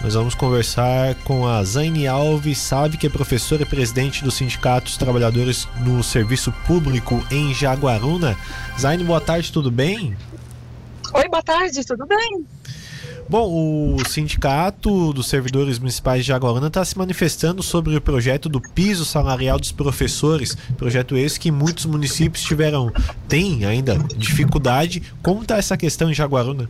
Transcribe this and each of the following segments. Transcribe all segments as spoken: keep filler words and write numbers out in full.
Nós vamos conversar com a Zaine Alves, sabe, que é professora e presidente do Sindicato dos Trabalhadores no Serviço Público em Jaguaruna. Zaine, boa tarde, tudo bem? Oi, boa tarde, tudo bem? Bom, o Sindicato dos Servidores Municipais de Jaguaruna está se manifestando sobre o projeto do piso salarial dos professores, projeto esse que muitos municípios tiveram, têm ainda dificuldade. Como está essa questão em Jaguaruna?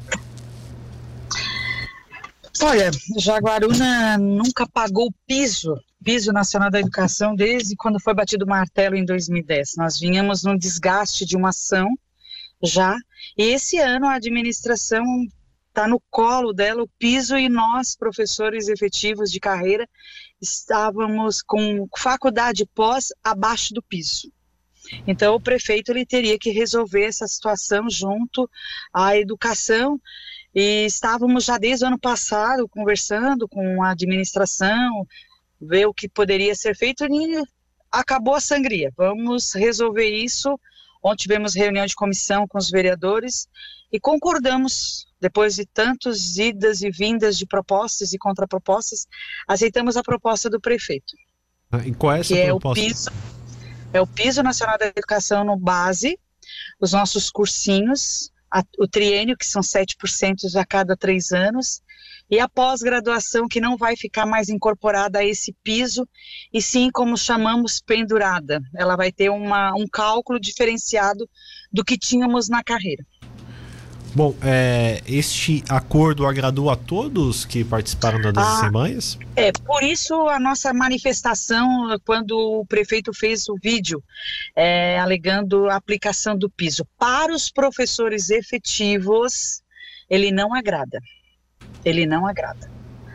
Olha, Jaguaruna nunca pagou piso, piso nacional da educação, desde quando foi batido o martelo em dois mil e dez. Nós vínhamos num desgaste de uma ação já, e esse ano a administração está no colo dela o piso, e nós, professores efetivos de carreira, estávamos com faculdade pós abaixo do piso. Então o prefeito ele teria que resolver essa situação junto à educação, e estávamos já desde o ano passado conversando com a administração, ver o que poderia ser feito, e acabou a sangria. Vamos resolver isso. Ontem tivemos reunião de comissão com os vereadores e concordamos, depois de tantas idas e vindas de propostas e contrapropostas, aceitamos a proposta do prefeito. Ah, e qual é essa que proposta? É o piso, é o piso nacional da educação no base, os nossos cursinhos, a, o triênio, que são sete por cento a cada três anos, e a pós-graduação, que não vai ficar mais incorporada a esse piso, e sim, como chamamos, pendurada. Ela vai ter uma, um cálculo diferenciado do que tínhamos na carreira. Bom, é, este acordo agradou a todos que participaram das ah, assembleias? É, por isso a nossa manifestação, quando o prefeito fez o vídeo, é, alegando a aplicação do piso. Para os professores efetivos, ele não agrada. Ele não agrada.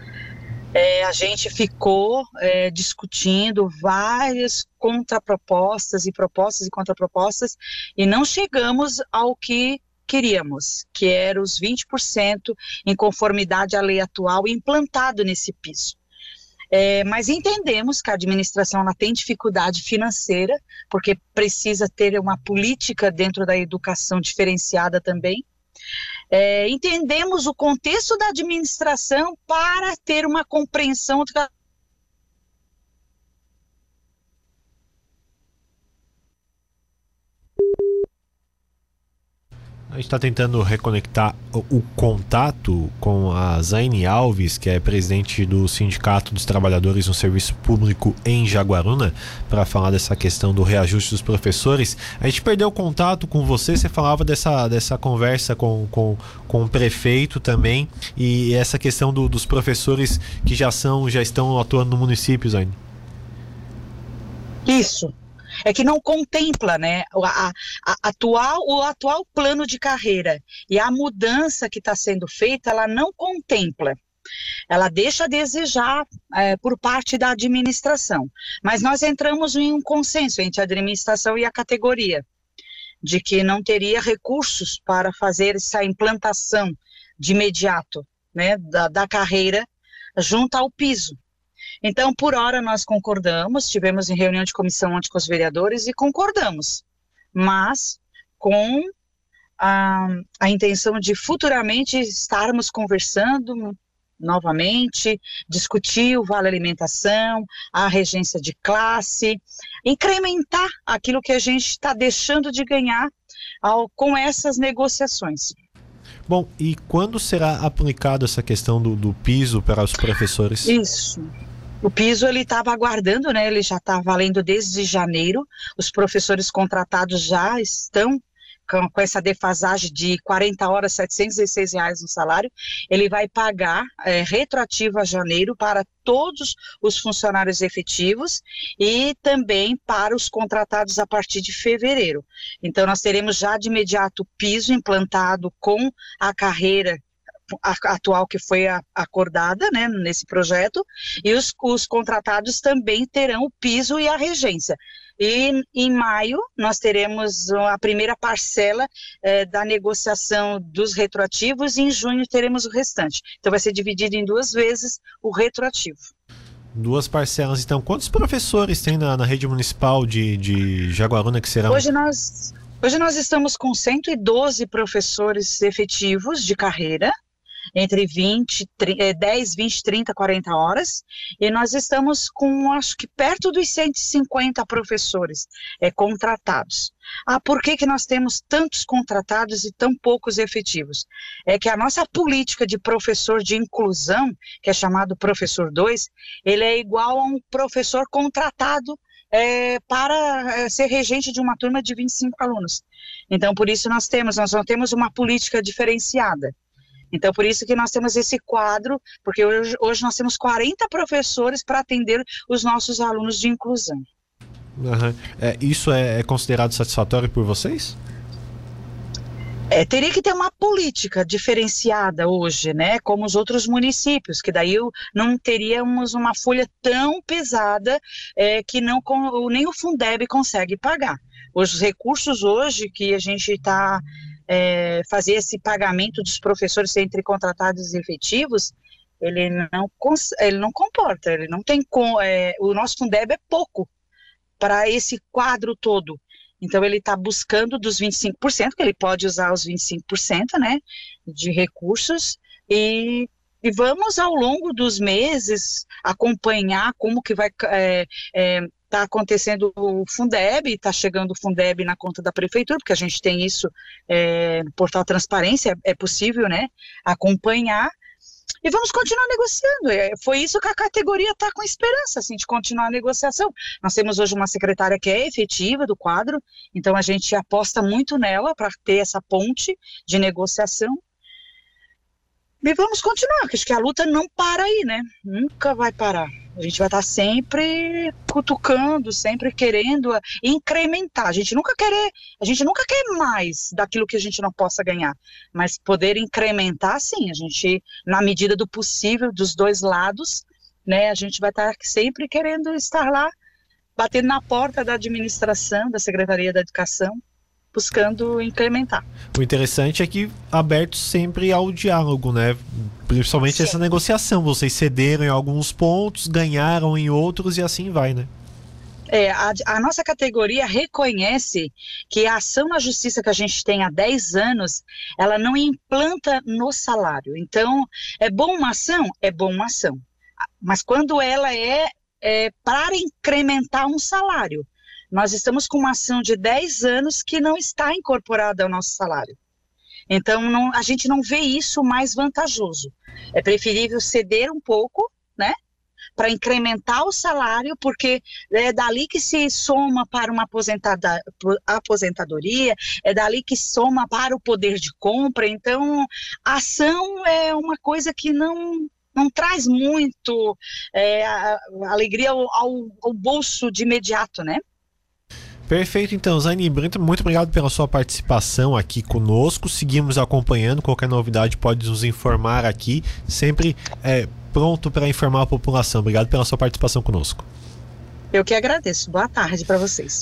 É, a gente ficou é, discutindo várias contrapropostas e propostas e contrapropostas, e não chegamos ao que queríamos, que era os vinte por cento em conformidade à lei atual implantado nesse piso. É, mas entendemos que a administração ela tem dificuldade financeira, porque precisa ter uma política dentro da educação diferenciada também. É, entendemos o contexto da administração para ter uma compreensão de... A gente está tentando reconectar o, o contato com a Zaine Alves, que é presidente do Sindicato dos Trabalhadores no Serviço Público em Jaguaruna, para falar dessa questão do reajuste dos professores. A gente perdeu o contato com você, você falava dessa, dessa conversa com, com, com o prefeito também, e essa questão do, dos professores que já, são, já estão atuando no município, Zaine. Isso. É que não contempla, né, a, a, a atual, o atual plano de carreira, e a mudança que está sendo feita, ela não contempla. Ela deixa a desejar é, por parte da administração. Mas nós entramos em um consenso entre a administração e a categoria, de que não teria recursos para fazer essa implantação de imediato, né, da, da carreira junto ao piso. Então, por hora, nós concordamos, tivemos em reunião de comissão ontem com os vereadores e concordamos, mas com a, a intenção de futuramente estarmos conversando novamente, discutir o vale alimentação, a regência de classe, incrementar aquilo que a gente está deixando de ganhar ao, com essas negociações. Bom, e quando será aplicada essa questão do, do piso para os professores? Isso. O piso ele estava aguardando, né? Ele já está valendo desde janeiro. Os professores contratados já estão com, com essa defasagem de quarenta horas, setecentos e dezesseis reais no salário. Ele vai pagar é, retroativo a janeiro para todos os funcionários efetivos e também para os contratados a partir de fevereiro. Então nós teremos já de imediato o piso implantado com a carreira atual que foi a, acordada, né, nesse projeto, e os, os contratados também terão o piso e a regência. E em maio nós teremos a primeira parcela eh, da negociação dos retroativos, e em junho teremos o restante. Então vai ser dividido em duas vezes o retroativo. Duas parcelas, então. Quantos professores tem na, na rede municipal de, de Jaguaruna que serão? Hoje nós, hoje nós estamos com cento e doze professores efetivos de carreira. entre vinte, dez, vinte, trinta, quarenta horas, e nós estamos com, acho que perto dos cento e cinquenta professores é, contratados. Ah, por que que nós temos tantos contratados e tão poucos efetivos? É que a nossa política de professor de inclusão, que é chamado professor dois, ele é igual a um professor contratado É, para é, ser regente de uma turma de vinte e cinco alunos. Então, por isso nós temos, nós não temos uma política diferenciada. Então, por isso que nós temos esse quadro, porque hoje, hoje nós temos quarenta professores para atender os nossos alunos de inclusão. Uhum. É, isso é, é considerado satisfatório por vocês? É, teria que ter uma política diferenciada hoje, né, como os outros municípios, que daí não teríamos uma folha tão pesada é, que não, nem o Fundeb consegue pagar. Os recursos hoje que a gente está é, fazer esse pagamento dos professores entre contratados e efetivos, ele não, ele não comporta, ele não tem, é, o nosso Fundeb é pouco para esse quadro todo. Então, ele está buscando dos vinte e cinco por cento, que ele pode usar os vinte e cinco por cento, né, de recursos, e, e vamos, ao longo dos meses, acompanhar como que vai é, é, tá acontecendo o Fundeb, está chegando o Fundeb na conta da prefeitura, porque a gente tem isso é, no portal Transparência, é possível, né, acompanhar, e vamos continuar negociando. É, foi isso que a categoria está com esperança, assim, de continuar a negociação. Nós temos hoje uma secretária que é efetiva do quadro, então a gente aposta muito nela para ter essa ponte de negociação. E vamos continuar, porque acho que a luta não para aí, né? Nunca vai parar. A gente vai estar sempre cutucando, sempre querendo incrementar. A gente nunca quer, a gente nunca quer mais daquilo que a gente não possa ganhar, mas poder incrementar, sim. A gente, na medida do possível, dos dois lados, né? A gente vai estar sempre querendo estar lá, batendo na porta da administração, da Secretaria da Educação, buscando incrementar. O interessante é que aberto sempre ao diálogo, né? Principalmente Sim. essa negociação. Vocês cederam em alguns pontos, ganharam em outros e assim vai, né? É, a, a nossa categoria reconhece que a ação na justiça que a gente tem há dez anos, ela não implanta no salário. Então, é bom uma ação? É bom uma ação. Mas quando ela é, é para incrementar um salário, nós estamos com uma ação de dez anos que não está incorporada ao nosso salário. Então, não, a gente não vê isso mais vantajoso. É preferível ceder um pouco, né, para incrementar o salário, porque é dali que se soma para uma aposentada, aposentadoria, é dali que soma para o poder de compra. Então, a ação é uma coisa que não... não traz muito é, a, a alegria ao, ao, ao bolso de imediato, né? Perfeito, então, Zaine Brito, muito obrigado pela sua participação aqui conosco. Seguimos acompanhando, qualquer novidade pode nos informar aqui, sempre é, pronto para informar a população. Obrigado pela sua participação conosco. Eu que agradeço. Boa tarde para vocês.